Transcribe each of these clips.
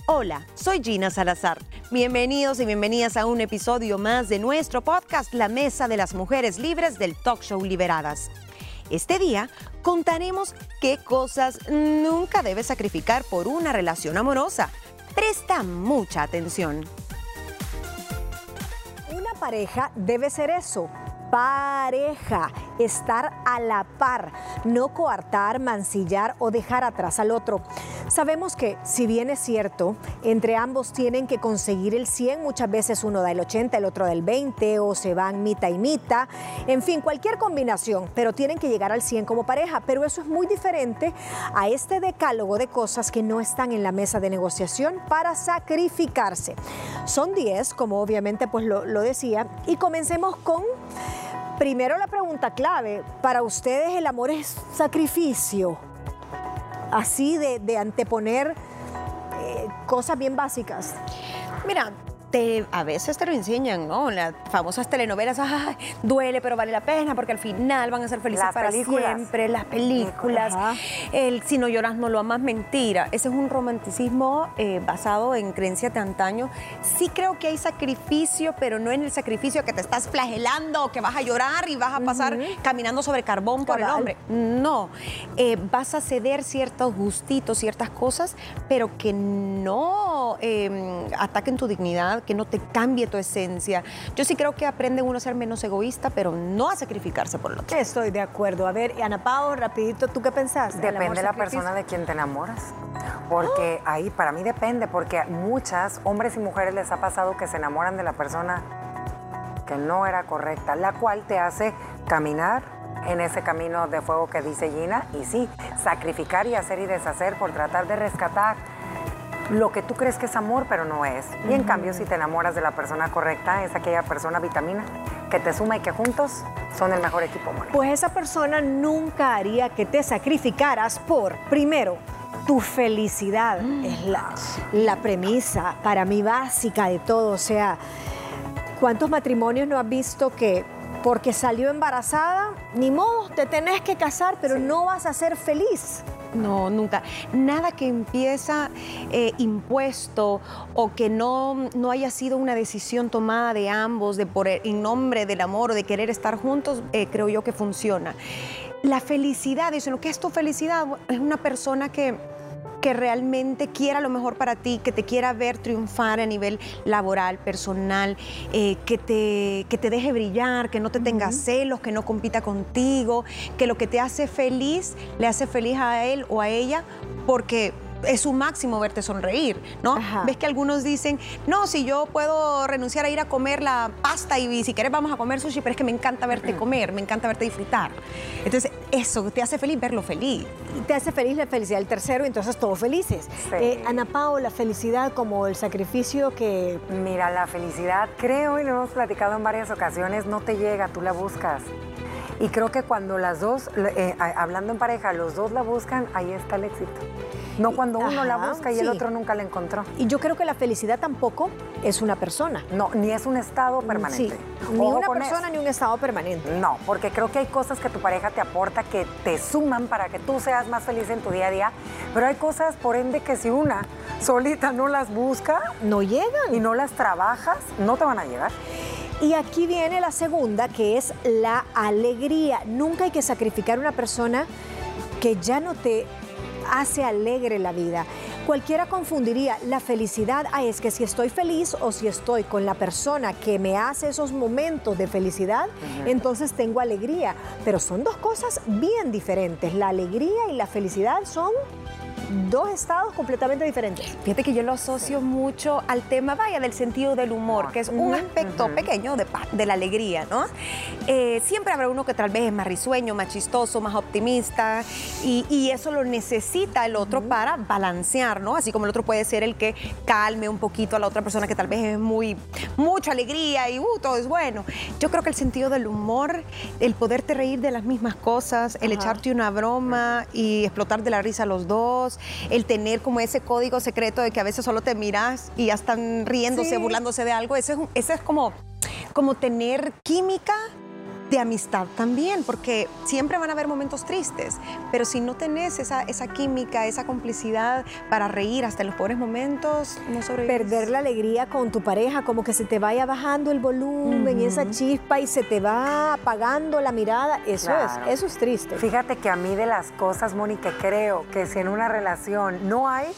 Hola, soy Gina Salazar. Bienvenidos y bienvenidas a un episodio más de nuestro podcast La Mesa de las Mujeres Libres del Talk Show Liberadas. Este día contaremos qué cosas nunca debes sacrificar por una relación amorosa. Presta mucha atención. Una pareja debe ser eso, pareja, estar a la par, no coartar, mancillar o dejar atrás al otro. Sabemos que, si bien es cierto, entre ambos tienen que conseguir el 100, muchas veces uno da el 80, el otro del 20 o se van mitad y mitad, en fin, cualquier combinación, pero tienen que llegar al 100 como pareja, pero eso es muy diferente a este decálogo de cosas que no están en la mesa de negociación para sacrificarse. Son 10, como obviamente pues lo decía, y comencemos con... Primero la pregunta clave, ¿para ustedes el amor es sacrificio? Así de anteponer cosas bien básicas. Mira, a veces te lo enseñan, ¿no? Las famosas telenovelas, ¡ay! Duele, pero vale la pena porque al final van a ser felices para siempre. Las películas. El si no lloras no lo amas, mentira. Ese es un romanticismo basado en creencias de antaño. Sí creo que hay sacrificio, pero no en el sacrificio que te estás flagelando, que vas a llorar y vas a pasar caminando sobre carbón por el hombre. No. Vas a ceder ciertos gustitos, ciertas cosas, pero que no ataquen tu dignidad, que no te cambie tu esencia. Yo sí creo que aprende uno a ser menos egoísta, pero no a sacrificarse por el otro. Estoy de acuerdo. A ver, Ana Pao, rapidito, ¿tú qué pensás? Depende de la persona de quien te enamoras. Porque ahí, para mí depende, porque muchas hombres y mujeres les ha pasado que se enamoran de la persona que no era correcta, la cual te hace caminar en ese camino de fuego que dice Gina, y sí, sacrificar y hacer y deshacer por tratar de rescatar lo que tú crees que es amor, pero no es. Y en cambio, si te enamoras de la persona correcta, es aquella persona vitamina que te suma y que juntos son el mejor equipo humano. Pues esa persona nunca haría que te sacrificaras por, primero, tu felicidad. Es la premisa, para mí, básica de todo. O sea, ¿cuántos matrimonios no has visto que porque salió embarazada, ni modo, te tenés que casar, pero no vas a ser feliz? No, nunca. Nada que empieza impuesto o que no haya sido una decisión tomada de ambos en nombre del amor o de querer estar juntos, creo yo que funciona. La felicidad, dicen, ¿qué es tu felicidad? Es una persona que realmente quiera lo mejor para ti, que te quiera ver triunfar a nivel laboral, personal, que te deje brillar, que no te tenga celos, que no compita contigo, que lo que te hace feliz, le hace feliz a él o a ella, porque es su máximo verte sonreír, ¿no? Ves que algunos dicen, no, si yo puedo renunciar a ir a comer la pasta y si quieres vamos a comer sushi, pero es que me encanta verte comer, me encanta verte disfrutar. Entonces, eso te hace feliz, verlo feliz. Te hace feliz la felicidad del tercero y entonces todos felices. Sí. Ana Pao, la felicidad como el sacrificio que... Mira, la felicidad, creo, y lo hemos platicado en varias ocasiones, no te llega, tú la buscas. Y creo que cuando las dos, hablando en pareja, los dos la buscan, ahí está el éxito. No cuando uno la busca y el otro nunca la encontró. Y yo creo que la felicidad tampoco es una persona. No, ni es un estado permanente. Sí, ni una persona ni un estado permanente. No, porque creo que hay cosas que tu pareja te aporta que te suman para que tú seas más feliz en tu día a día, pero hay cosas, por ende, que si una solita no las busca, no llegan. Y no las trabajas, no te van a llegar. Y aquí viene la segunda, que es la alegría. Nunca hay que sacrificar a una persona que ya no te hace alegre la vida. Cualquiera confundiría la felicidad, es que si estoy feliz o si estoy con la persona que me hace esos momentos de felicidad, entonces tengo alegría. Pero son dos cosas bien diferentes. La alegría y la felicidad son dos estados completamente diferentes. Fíjate que yo lo asocio mucho al tema, del sentido del humor, que es un aspecto pequeño de la alegría, ¿no? Siempre habrá uno que tal vez es más risueño, más chistoso, más optimista, y eso lo necesita el otro para balancear, ¿no? Así como el otro puede ser el que calme un poquito a la otra persona que tal vez es mucha alegría y todo es bueno. Yo creo que el sentido del humor, el poderte reír de las mismas cosas, el echarte una broma y explotar de la risa a los dos, el tener como ese código secreto de que a veces solo te miras y ya están riéndose, burlándose de algo, ese es como tener química de amistad también, porque siempre van a haber momentos tristes, pero si no tenés esa química, esa complicidad para reír hasta en los peores momentos, no sobrevives. Perder la alegría con tu pareja, como que se te vaya bajando el volumen, esa chispa y se te va apagando la mirada, eso es triste. Fíjate que a mí de las cosas, Mónica, creo que si en una relación no hay,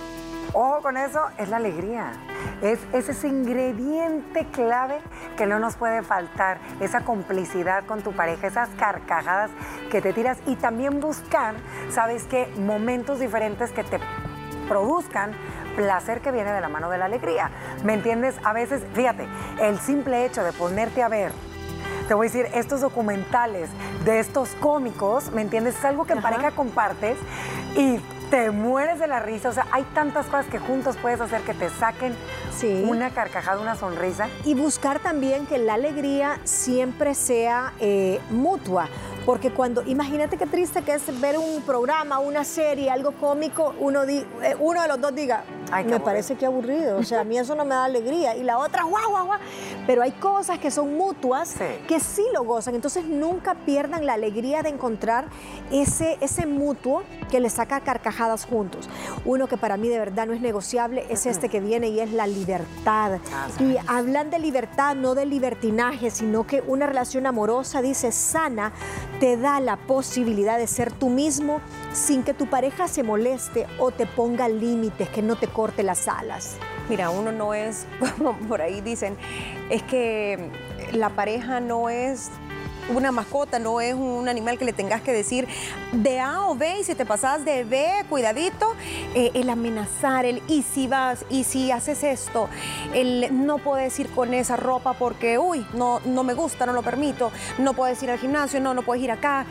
ojo con eso, es la alegría. Es ese ingrediente clave que no nos puede faltar, esa complicidad con tu pareja, esas carcajadas que te tiras y también buscar, ¿sabes qué? Momentos diferentes que te produzcan placer que viene de la mano de la alegría. ¿Me entiendes? A veces, fíjate, el simple hecho de ponerte a ver, te voy a decir, estos documentales de estos cómicos, ¿me entiendes? Es algo que en pareja compartes y te mueres de la risa. O sea, hay tantas cosas que juntos puedes hacer que te saquen una carcajada, una sonrisa. Y buscar también que la alegría siempre sea mutua. Porque imagínate qué triste que es ver un programa, una serie, algo cómico, uno de los dos diga, ay, me parece que aburrido, o sea, a mí eso no me da alegría. Y la otra, guau, guau, guau. Pero hay cosas que son mutuas, que sí lo gozan. Entonces nunca pierdan la alegría de encontrar ese mutuo que les saca carcajadas juntos. Uno que para mí de verdad no es negociable es este que viene y es la libertad. Y hablan de libertad, no de libertinaje, sino que una relación amorosa, dice, sana, te da la posibilidad de ser tú mismo sin que tu pareja se moleste o te ponga límites, que no te corte las alas. Mira, uno no es, como por ahí dicen, es que la pareja no es una mascota, no es un animal que le tengas que decir de A o B, y si te pasas de B, cuidadito, el amenazar, el y si vas, y si haces esto, el no puedes ir con esa ropa porque, uy, no me gusta, no lo permito, no puedes ir al gimnasio, no puedes ir acá.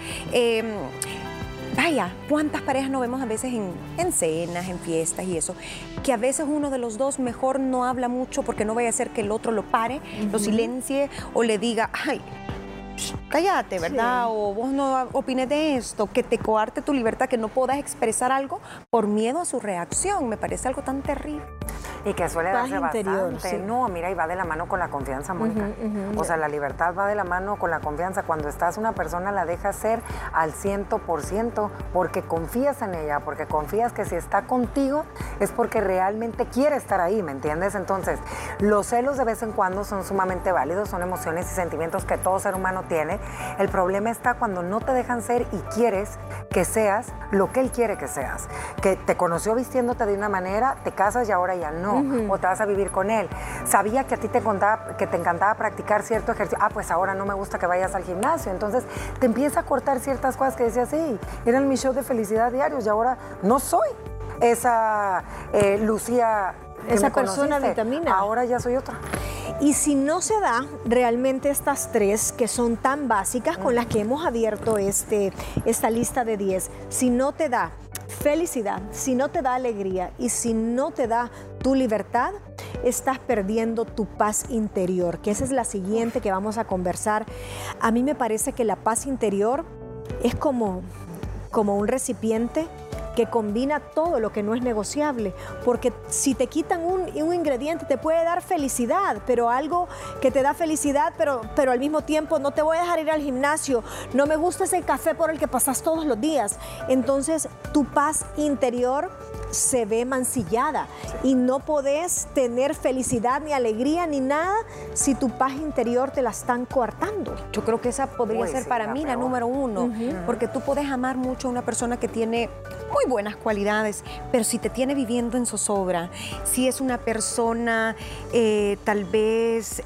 Vaya, ¿cuántas parejas no vemos a veces en cenas, en fiestas y eso? Que a veces uno de los dos mejor no habla mucho porque no vaya a ser que el otro lo pare, lo silencie o le diga, ay, cállate, ¿verdad? O vos no opines de esto, que te coarte tu libertad, que no puedas expresar algo por miedo a su reacción. Me parece algo tan terrible. Y que suele darse bastante. No, mira, y va de la mano con la confianza, Mónica. O sea, la libertad va de la mano con la confianza. Cuando estás una persona la dejas ser al 100% porque confías en ella, porque confías que si está contigo es porque realmente quiere estar ahí, ¿me entiendes? Entonces, los celos de vez en cuando son sumamente válidos, son emociones y sentimientos que todo ser humano tiene. El problema está cuando no te dejan ser y quieres que seas lo que él quiere que seas. Que te conoció vistiéndote de una manera, te casas y ahora ya no. O te vas a vivir con él. Sabía que a ti te encantaba practicar cierto ejercicio. Ah, pues ahora no me gusta que vayas al gimnasio. Entonces te empieza a cortar ciertas cosas que decías, sí, eran mi show de felicidad diarios y ahora no soy esa Lucía que esa me persona conociste. vitamina. Ahora ya soy otra. Y si no se da realmente estas tres que son tan básicas con las que hemos abierto esta lista de 10, si no te da felicidad, si no te da alegría y si no te da tu libertad, estás perdiendo tu paz interior, que esa es la siguiente que vamos a conversar. A mí me parece que la paz interior es como un recipiente que combina todo lo que no es negociable, porque si te quitan un ingrediente te puede dar felicidad, pero algo que te da felicidad, pero al mismo tiempo no te voy a dejar ir al gimnasio, no me gusta ese café por el que pasas todos los días. Entonces tu paz interior se ve mancillada y no podés tener felicidad ni alegría ni nada si tu paz interior te la están coartando. Yo creo que esa podría ser para mí la número uno, porque tú puedes amar mucho a una persona que tiene muy buenas cualidades, pero si te tiene viviendo en zozobra, si es una persona tal vez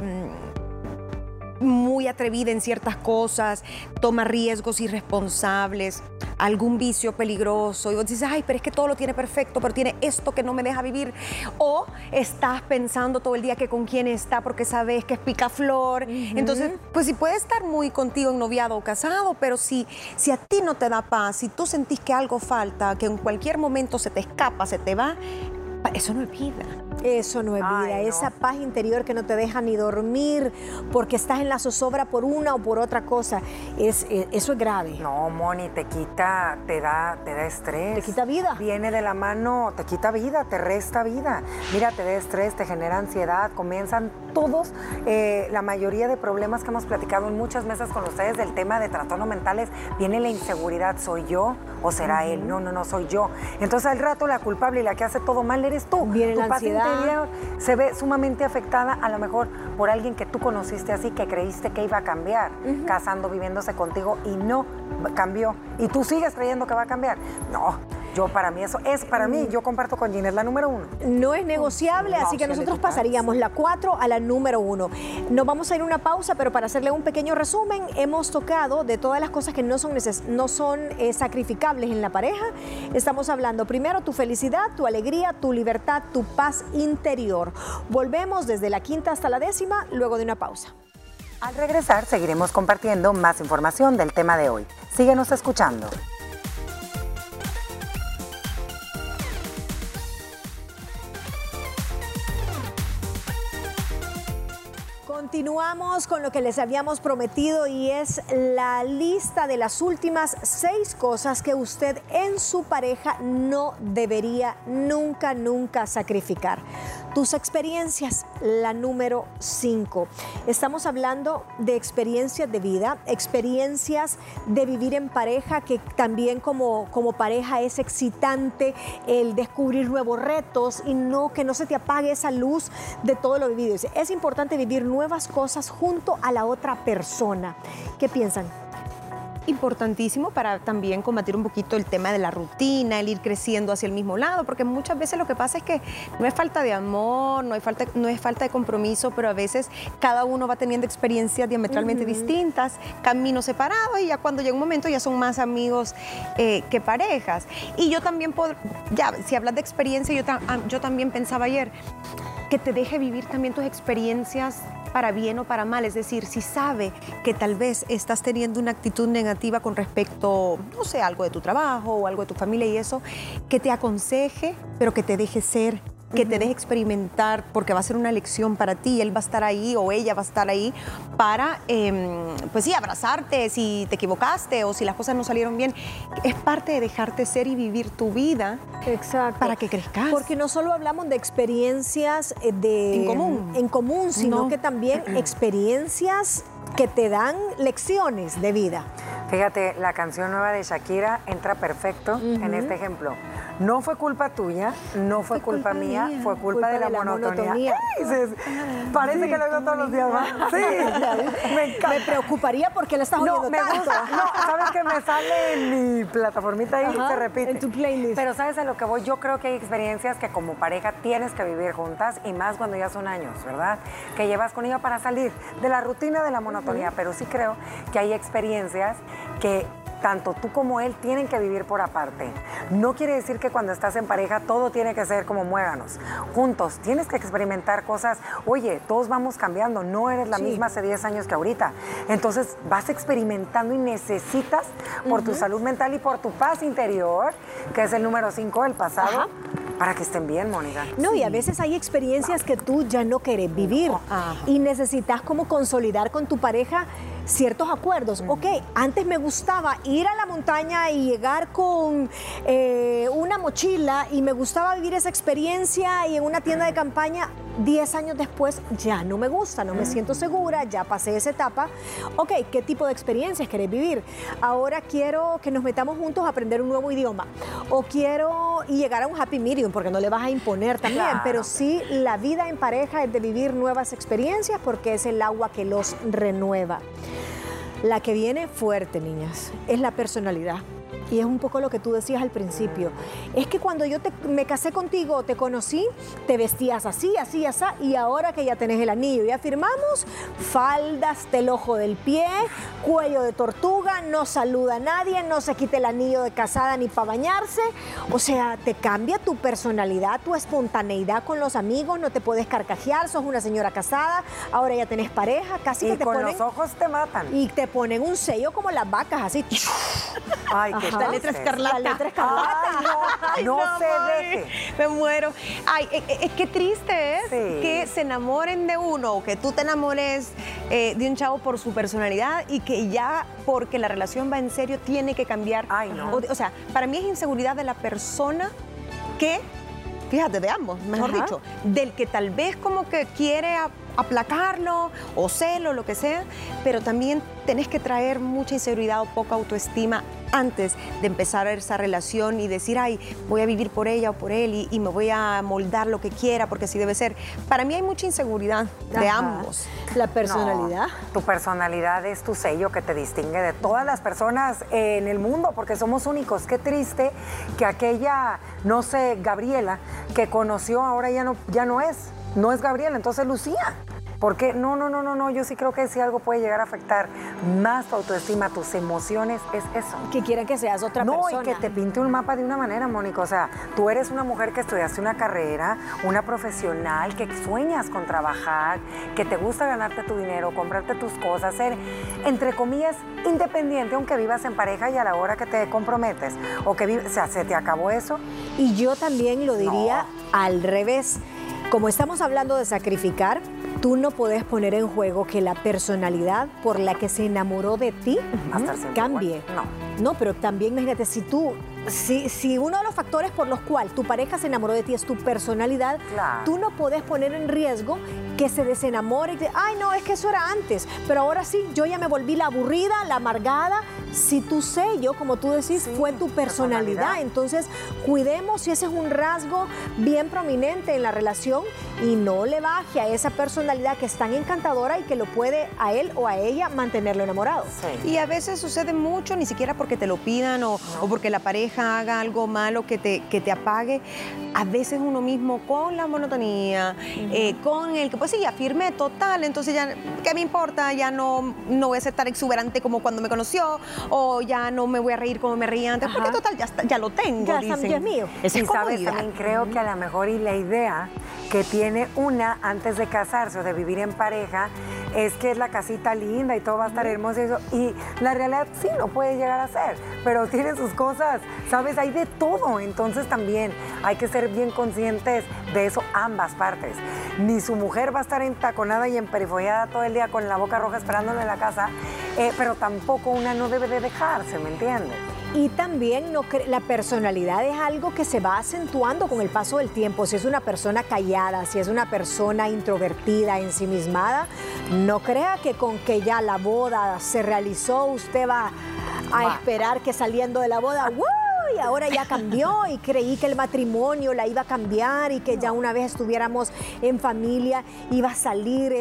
muy atrevida en ciertas cosas, toma riesgos irresponsables, algún vicio peligroso, y vos dices, ay, pero es que todo lo tiene perfecto, pero tiene esto que no me deja vivir, o estás pensando todo el día que con quién está porque sabes que es picaflor. Entonces, pues sí puede estar muy contigo ennoviado o casado, pero si a ti no te da paz, si tú sentís que algo falta, que en cualquier momento se te escapa, se te va, Eso no es vida. Eso no es vida, Ay, no. esa paz interior que no te deja ni dormir porque estás en la zozobra por una o por otra cosa, eso es grave. No, Moni, te da estrés. Te quita vida. Viene de la mano, te quita vida, te resta vida. Mira, te da estrés, te genera ansiedad, comienzan todos, la mayoría de problemas que hemos platicado en muchas mesas con ustedes del tema de trastornos mentales, viene la inseguridad, ¿soy yo o será él? No, soy yo. Entonces al rato la culpable y la que hace todo mal eres tú. Viene la tu paz ansiedad. interior se ve sumamente afectada a lo mejor por alguien que tú conociste así, que creíste que iba a cambiar, casando, viviéndose contigo y no cambió. Y tú sigues creyendo que va a cambiar. No, para mí eso es para mí. Yo comparto con Ginette la número 1. No es negociable, No, así que se le nosotros quita. pasaríamos la 4 a la número 1. Nos vamos a ir a una pausa, pero para hacerle un pequeño resumen, hemos tocado de todas las cosas que no son sacrificables en la pareja. Estamos hablando primero tu felicidad, tu alegría, tu libertad, tu paz interior. Volvemos desde la 5ª hasta la 10ª, luego de una pausa. Al regresar seguiremos compartiendo más información del tema de hoy. Síguenos escuchando. Continuamos con lo que les habíamos prometido y es la lista de las últimas 6 cosas que usted en su pareja no debería nunca sacrificar. Tus experiencias, la número 5. Estamos hablando de experiencias de vida, experiencias de vivir en pareja, que también como pareja es excitante el descubrir nuevos retos y que no se te apague esa luz de todo lo vivido. Es importante vivir nuevas cosas junto a la otra persona. ¿Qué piensan? Importantísimo para también combatir un poquito el tema de la rutina, el ir creciendo hacia el mismo lado, porque muchas veces lo que pasa es que no es falta de amor, no es falta de compromiso, pero a veces cada uno va teniendo experiencias diametralmente distintas, caminos separados, y ya cuando llega un momento ya son más amigos que parejas. Y yo también, si hablas de experiencia, yo también pensaba ayer, que te deje vivir también tus experiencias para bien o para mal, es decir, si sabe que tal vez estás teniendo una actitud negativa con respecto, no sé, algo de tu trabajo o algo de tu familia y eso, que te aconseje, pero que te deje ser, que te deje experimentar, porque va a ser una lección para ti, él va a estar ahí o ella va a estar ahí para, pues sí, abrazarte si te equivocaste o si las cosas no salieron bien. Es parte de dejarte ser y vivir tu vida. Exacto. Para que crezcas. Porque no solo hablamos de experiencias en común, sino que también experiencias que te dan lecciones de vida. Fíjate, la canción nueva de Shakira entra perfecto en este ejemplo. No fue culpa tuya, no fue culpa mía, fue culpa de la monotonía. Parece que lo digo todos los días, ¿verdad? Sí, me encanta. Me preocuparía porque la estás oyendo me tanto. gusta. No, ¿sabes qué? Me sale en mi plataformita ahí, Ajá, se repite. en tu playlist. Pero ¿sabes a lo que voy? Yo creo que hay experiencias que como pareja tienes que vivir juntas, y más cuando ya son años, ¿verdad? Que llevas con ella para salir de la rutina de la monotonía. Pero sí creo que hay experiencias que tanto tú como él tienen que vivir por aparte. No quiere decir que cuando estás en pareja todo tiene que ser como muéganos. Juntos tienes que experimentar cosas. Oye, todos vamos cambiando, no eres la misma hace 10 años que ahorita. Entonces vas experimentando y necesitas por tu salud mental y por tu paz interior, que es el número 5 del pasado, para que estén bien, Mónica. No, y a veces hay experiencias que tú ya no querés vivir y necesitas como consolidar con tu pareja ciertos acuerdos. Ok, antes me gustaba ir a la montaña y llegar con una mochila y me gustaba vivir esa experiencia y en una tienda de campaña. 10 años después ya no me gusta, no me siento segura, ya pasé esa etapa. Ok, ¿qué tipo de experiencias querés vivir? Ahora quiero que nos metamos juntos a aprender un nuevo idioma. O quiero llegar a un happy medium, porque no le vas a imponer también. Claro. Pero sí, la vida en pareja es de vivir nuevas experiencias porque es el agua que los renueva. La que viene fuerte, niñas, es la personalidad. Y es un poco lo que tú decías al principio. Es que cuando yo me casé contigo, te conocí, te vestías así, así, así, y ahora que ya tenés el anillo, ya firmamos, faldas del ojo del pie, cuello de tortuga, no saluda a nadie, no se quita el anillo de casada ni para bañarse. O sea, te cambia tu personalidad, tu espontaneidad con los amigos, no te puedes carcajear, sos una señora casada, ahora ya tenés pareja, casi Y que te con ponen... los ojos te matan. Y te ponen un sello como las vacas, así. Ay, qué La letra escarlata. La letra escarlata. Ay, no, no se mami, deje. Me muero. Ay, qué triste es Sí. que se enamoren de uno o que tú te enamores de un chavo por su personalidad y que ya porque la relación va en serio tiene que cambiar. Ay, no. O sea, para mí es inseguridad de la persona que, fíjate, de ambos, mejor Ajá. dicho, del que tal vez como que quiere aplacarlo o celo, lo que sea, pero también tenés que traer mucha inseguridad o poca autoestima antes de empezar esa relación y decir, ay, voy a vivir por ella o por él y me voy a moldar lo que quiera porque así debe ser. Para mí hay mucha inseguridad de Ajá. ambos. La personalidad. No, tu personalidad es tu sello que te distingue de todas las personas en el mundo, porque somos únicos. Qué triste que aquella, no sé, Gabriela, que conoció ahora ya no es Gabriela, entonces Lucía. Porque no, yo sí creo que si algo puede llegar a afectar más tu autoestima, tus emociones, es eso. Que quieren que seas otra persona. No, y que te pinte un mapa de una manera, Mónica. O sea, tú eres una mujer que estudiaste una carrera, una profesional, que sueñas con trabajar, que te gusta ganarte tu dinero, comprarte tus cosas, ser, entre comillas, independiente, aunque vivas en pareja y a la hora que te comprometes. O sea, ¿se te acabó eso? Y yo también lo diría al revés. Como estamos hablando de sacrificar, tú no podés poner en juego que la personalidad por la que se enamoró de ti Va a estar siempre cambie. igual. No, pero también imagínate, si uno de los factores por los cuales tu pareja se enamoró de ti es tu personalidad, Claro. tú no podés poner en riesgo que se desenamore y que, ay, no, es que eso era antes, pero ahora sí, yo ya me volví la aburrida, la amargada. Si tu sello, como tú decís, Sí, fue tu personalidad, entonces cuidemos si ese es un rasgo bien prominente en la relación y no le baje a esa personalidad que es tan encantadora y que lo puede a él o a ella mantenerlo enamorado. Sí. Y a veces sucede mucho, ni siquiera porque te lo pidan o porque la pareja haga algo malo que te apague. A veces uno mismo con la monotonía, con el que, pues sí, ya firmé, total, entonces ya, ¿qué me importa? Ya no voy a ser tan exuberante como cuando me conoció o ya no me voy a reír como me reía antes, porque total, ya lo tengo, Ya dicen. es mío. Esa Y es sabes, comodidad. también creo que a lo mejor y la idea que tiene una antes de casarse o de vivir en pareja es que es la casita linda y todo va a estar hermoso y eso. Y la realidad sí no puede llegar a ser, pero tiene sus cosas, ¿sabes? Hay de todo, entonces también hay que ser bien conscientes de eso ambas partes. Ni su mujer va a estar entaconada y emperifollada todo el día con la boca roja esperándole en la casa, pero tampoco una no debe de dejarse, ¿me entiendes? Y también la personalidad es algo que se va acentuando con el paso del tiempo. Si es una persona callada, si es una persona introvertida, ensimismada, no crea que con que ya la boda se realizó, usted va a esperar que saliendo de la boda, ¡wow! Y ahora ya cambió y creí que el matrimonio la iba a cambiar y que ya una vez estuviéramos en familia iba a salir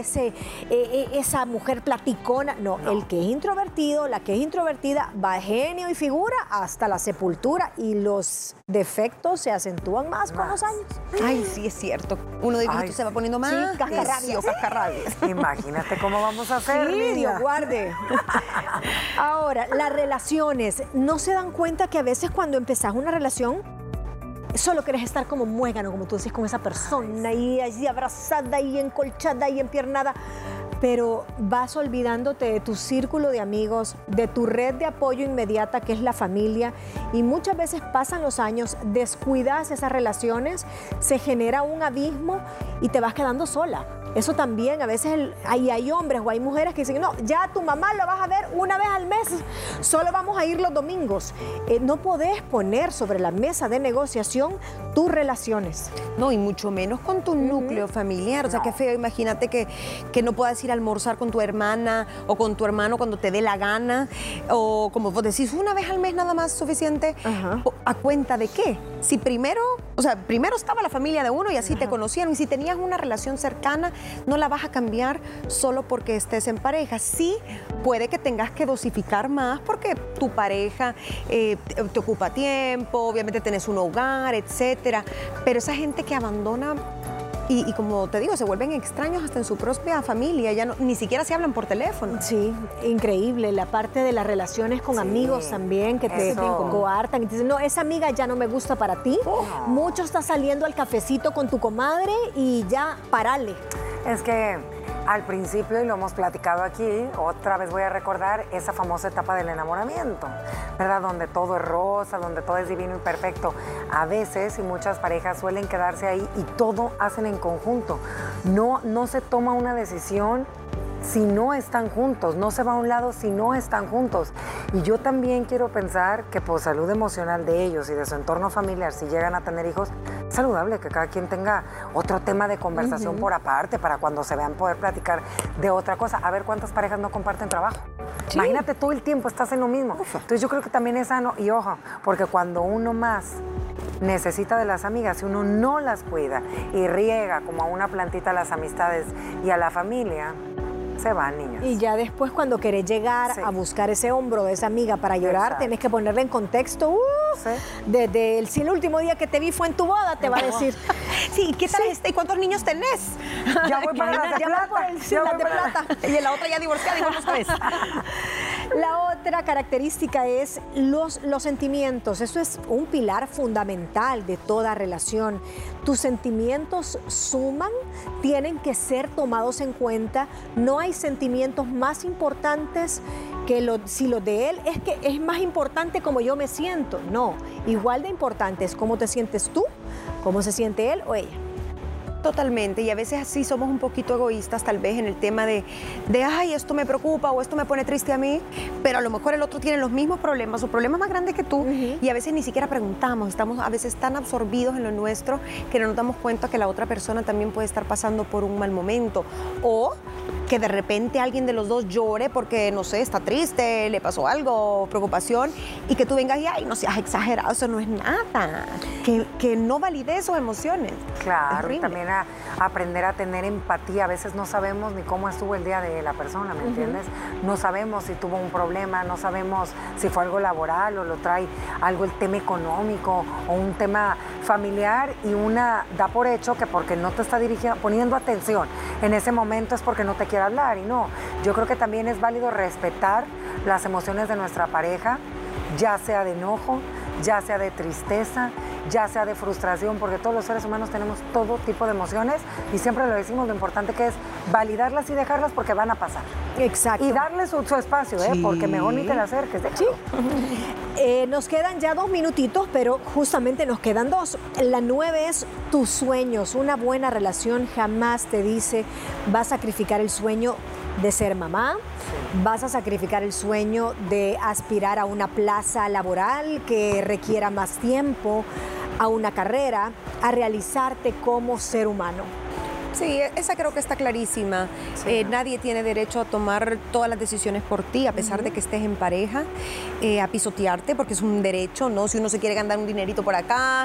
esa mujer platicona. No, el que es introvertido, la que es introvertida, va genio y figura hasta la sepultura y los defectos se acentúan más con los años. Ay, sí, es cierto. Uno de viejito Ay, se va poniendo más sí, cascarrabias. necio, cascarrabias. Imagínate cómo vamos a hacer, Sí, Lidia. Dios guarde. Ahora, las relaciones, ¿no se dan cuenta que a veces cuando empezás una relación solo querés estar como muégano, como tú decís, con esa persona y así abrazada y encolchada y empiernada? Pero vas olvidándote de tu círculo de amigos, de tu red de apoyo inmediata que es la familia y muchas veces pasan los años, descuidas esas relaciones, se genera un abismo y te vas quedando sola. Eso también, a veces hay hombres o hay mujeres que dicen, no, ya tu mamá la vas a ver una vez al mes, solo vamos a ir los domingos. No podés poner sobre la mesa de negociación tus relaciones. No, y mucho menos con tu núcleo familiar. O sea, qué feo, imagínate que no puedas ir a almorzar con tu hermana o con tu hermano cuando te dé la gana. O como vos decís, una vez al mes nada más suficiente. ¿A cuenta de qué? Si primero estaba la familia de uno y así te conocieron. Y si tenías una relación cercana, no la vas a cambiar solo porque estés en pareja. Sí, puede que tengas que dosificar más porque tu pareja te ocupa tiempo, obviamente tenés un hogar, etcétera. Pero esa gente que abandona y como te digo, se vuelven extraños hasta en su propia familia, ya ni siquiera se hablan por teléfono. Sí, increíble. La parte de las relaciones con amigos también, que te coartan y te dicen, no, esa amiga ya no me gusta para ti. Mucho está saliendo al cafecito con tu comadre y ya, parale. Es que al principio, y lo hemos platicado aquí, otra vez voy a recordar esa famosa etapa del enamoramiento, ¿verdad? Donde todo es rosa, donde todo es divino y perfecto. A veces, y muchas parejas suelen quedarse ahí y todo hacen en conjunto. No se toma una decisión si no están juntos, no se va a un lado si no están juntos. Y yo también quiero pensar que por salud emocional de ellos y de su entorno familiar, si llegan a tener hijos, es saludable que cada quien tenga otro tema de conversación por aparte, para cuando se vean poder platicar de otra cosa. A ver cuántas parejas no comparten trabajo. Sí. Imagínate, todo el tiempo estás en lo mismo. Entonces yo creo que también es sano, y ojo, porque cuando uno más necesita de las amigas, si uno no las cuida y riega como a una plantita a las amistades y a la familia, se van, niños. Y ya después, cuando querés llegar a buscar ese hombro de esa amiga para llorar, tenés que ponerle en contexto. Desde el último día que te vi fue en tu boda, te va a decir. Sí, ¿qué tal ¿Y cuántos niños tenés? Ya voy para las de plata. Y en la otra ya divorciada, y no sabes. La otra característica es los sentimientos. Eso es un pilar fundamental de toda relación. Tus sentimientos suman, tienen que ser tomados en cuenta. No hay sentimientos más importantes que si los de él es que es más importante como yo me siento. No, igual de importante es cómo te sientes tú, cómo se siente él o ella. Totalmente, y a veces así somos un poquito egoístas tal vez en el tema de ay, esto me preocupa o esto me pone triste a mí, pero a lo mejor el otro tiene los mismos problemas o problemas más grandes que tú, y a veces ni siquiera preguntamos, estamos a veces tan absorbidos en lo nuestro que no nos damos cuenta que la otra persona también puede estar pasando por un mal momento, o que de repente alguien de los dos llore porque, no sé, está triste, le pasó algo, preocupación, y que tú vengas y, ay, no seas exagerado, eso no es nada, que no valide sus emociones. Claro, y también a aprender a tener empatía. A veces no sabemos ni cómo estuvo el día de la persona, ¿me entiendes? No sabemos si tuvo un problema, no sabemos si fue algo laboral o lo trae algo el tema económico o un tema familiar, y una da por hecho que porque no te está poniendo atención en ese momento es porque no te quiere hablar, y no. Yo creo que también es válido respetar las emociones de nuestra pareja, ya sea de enojo, ya sea de tristeza, ya sea de frustración, porque todos los seres humanos tenemos todo tipo de emociones, y siempre lo decimos, lo importante que es validarlas y dejarlas porque van a pasar. Exacto. Y darles su espacio, porque mejor ni te la acerques. Sí. Nos quedan ya 2 minutitos, pero justamente nos quedan 2. La 9 es tus sueños. Una buena relación jamás te dice vas a sacrificar el sueño de ser mamá, vas a sacrificar el sueño de aspirar a una plaza laboral que requiera más tiempo, a una carrera, a realizarte como ser humano. Sí, esa creo que está clarísima. Sí. Nadie tiene derecho a tomar todas las decisiones por ti, a pesar de que estés en pareja, a pisotearte, porque es un derecho, ¿no? Si uno se quiere ganar un dinerito por acá.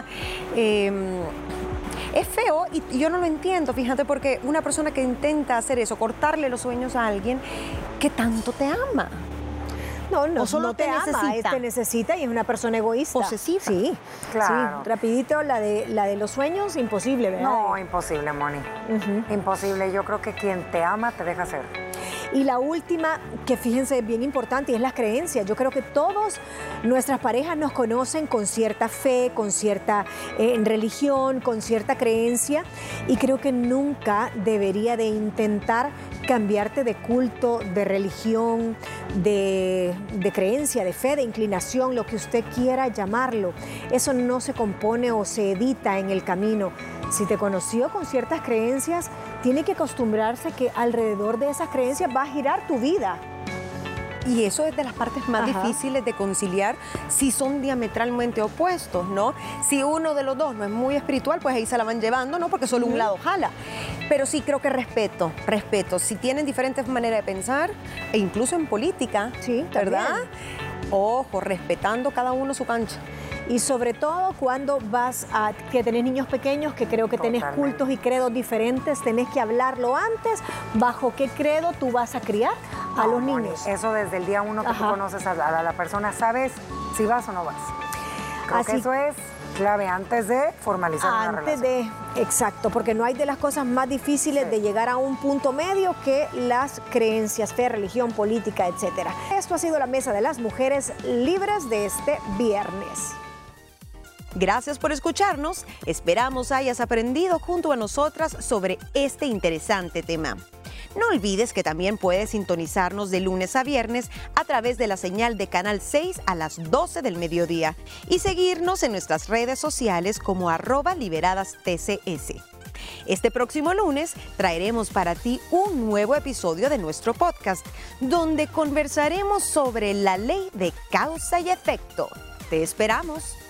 Es feo y yo no lo entiendo, fíjate, porque una persona que intenta hacer eso, cortarle los sueños a alguien que tanto te ama. No solo te ama, te necesita y es una persona egoísta. Posesiva. Sí, claro. Sí, rapidito, la de los sueños, imposible, ¿verdad? No, imposible, Moni. Imposible. Yo creo que quien te ama te deja ser. Y la última, que fíjense, es bien importante, y es las creencias. Yo creo que todas nuestras parejas nos conocen con cierta fe, con cierta religión, con cierta creencia, y creo que nunca debería de intentar cambiarte de culto, de religión, de creencia, de fe, de inclinación, lo que usted quiera llamarlo. Eso no se compone o se edita en el camino. Si te conoció con ciertas creencias, tiene que acostumbrarse que alrededor de esas creencias va a girar tu vida. Y eso es de las partes más difíciles de conciliar si son diametralmente opuestos, ¿no? Si uno de los dos no es muy espiritual, pues ahí se la van llevando, ¿no? Porque solo un lado jala. Pero sí creo que respeto. Si tienen diferentes maneras de pensar, e incluso en política, ¿verdad? También. Ojo, respetando cada uno su cancha. Y sobre todo cuando vas a que tenés niños pequeños, que creo que tenés cultos y credos diferentes, tenés que hablarlo antes, bajo qué credo tú vas a criar a los niños. Eso desde el día 1 que tú conoces a la persona, sabes si vas o no vas. Creo que eso es clave antes de formalizar una relación. Exacto, porque no hay de las cosas más difíciles de llegar a un punto medio que las creencias, fe, religión, política, etcétera. Esto ha sido la Mesa de las Mujeres Libres de este viernes. Gracias por escucharnos. Esperamos hayas aprendido junto a nosotras sobre este interesante tema. No olvides que también puedes sintonizarnos de lunes a viernes a través de la señal de Canal 6 a las 12 del mediodía y seguirnos en nuestras redes sociales como @liberadastcs. Este próximo lunes traeremos para ti un nuevo episodio de nuestro podcast, donde conversaremos sobre la ley de causa y efecto. ¡Te esperamos!